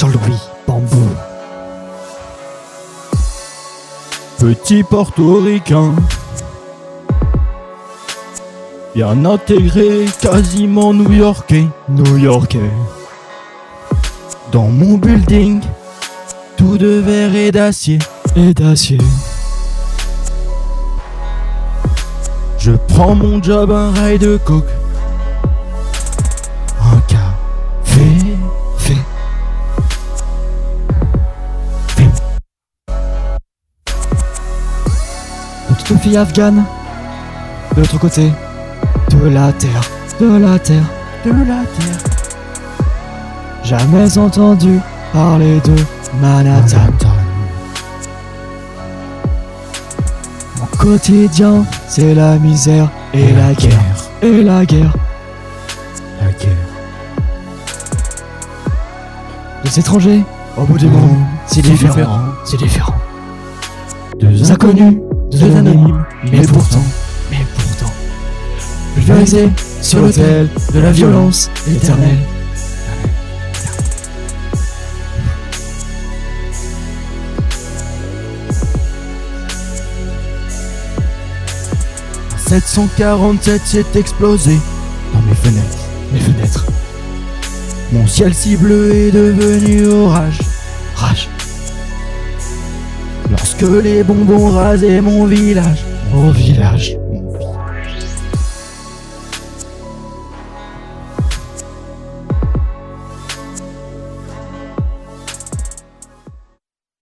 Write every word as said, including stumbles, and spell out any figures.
Jean-Louis Bambou. Petit portoricain, bien intégré, quasiment new-yorkais. New-Yorkais. Dans mon building, tout de verre et d'acier. Et d'acier. Je prends mon job, un rail de coke. Un café Fait. Une petite fille afghane. De l'autre côté. De la terre. De la terre. de la terre. Jamais entendu parler de Manhattan. Mon quotidien, c'est la misère et, la, guerre. Et la guerre. La guerre. Les étrangers, au bout du monde, c'est différent. différent. C'est différent. Deux Deux inconnus, deux anonymes, mais mais pourtant, mais pourtant, pulvérisés sur l'autel de la violence éternelle. sept cent quarante-sept s'est explosé dans mes fenêtres. Les fenêtres, Mon ciel si bleu est devenu orage. rage, Lorsque les bonbons rasaient mon village. au village.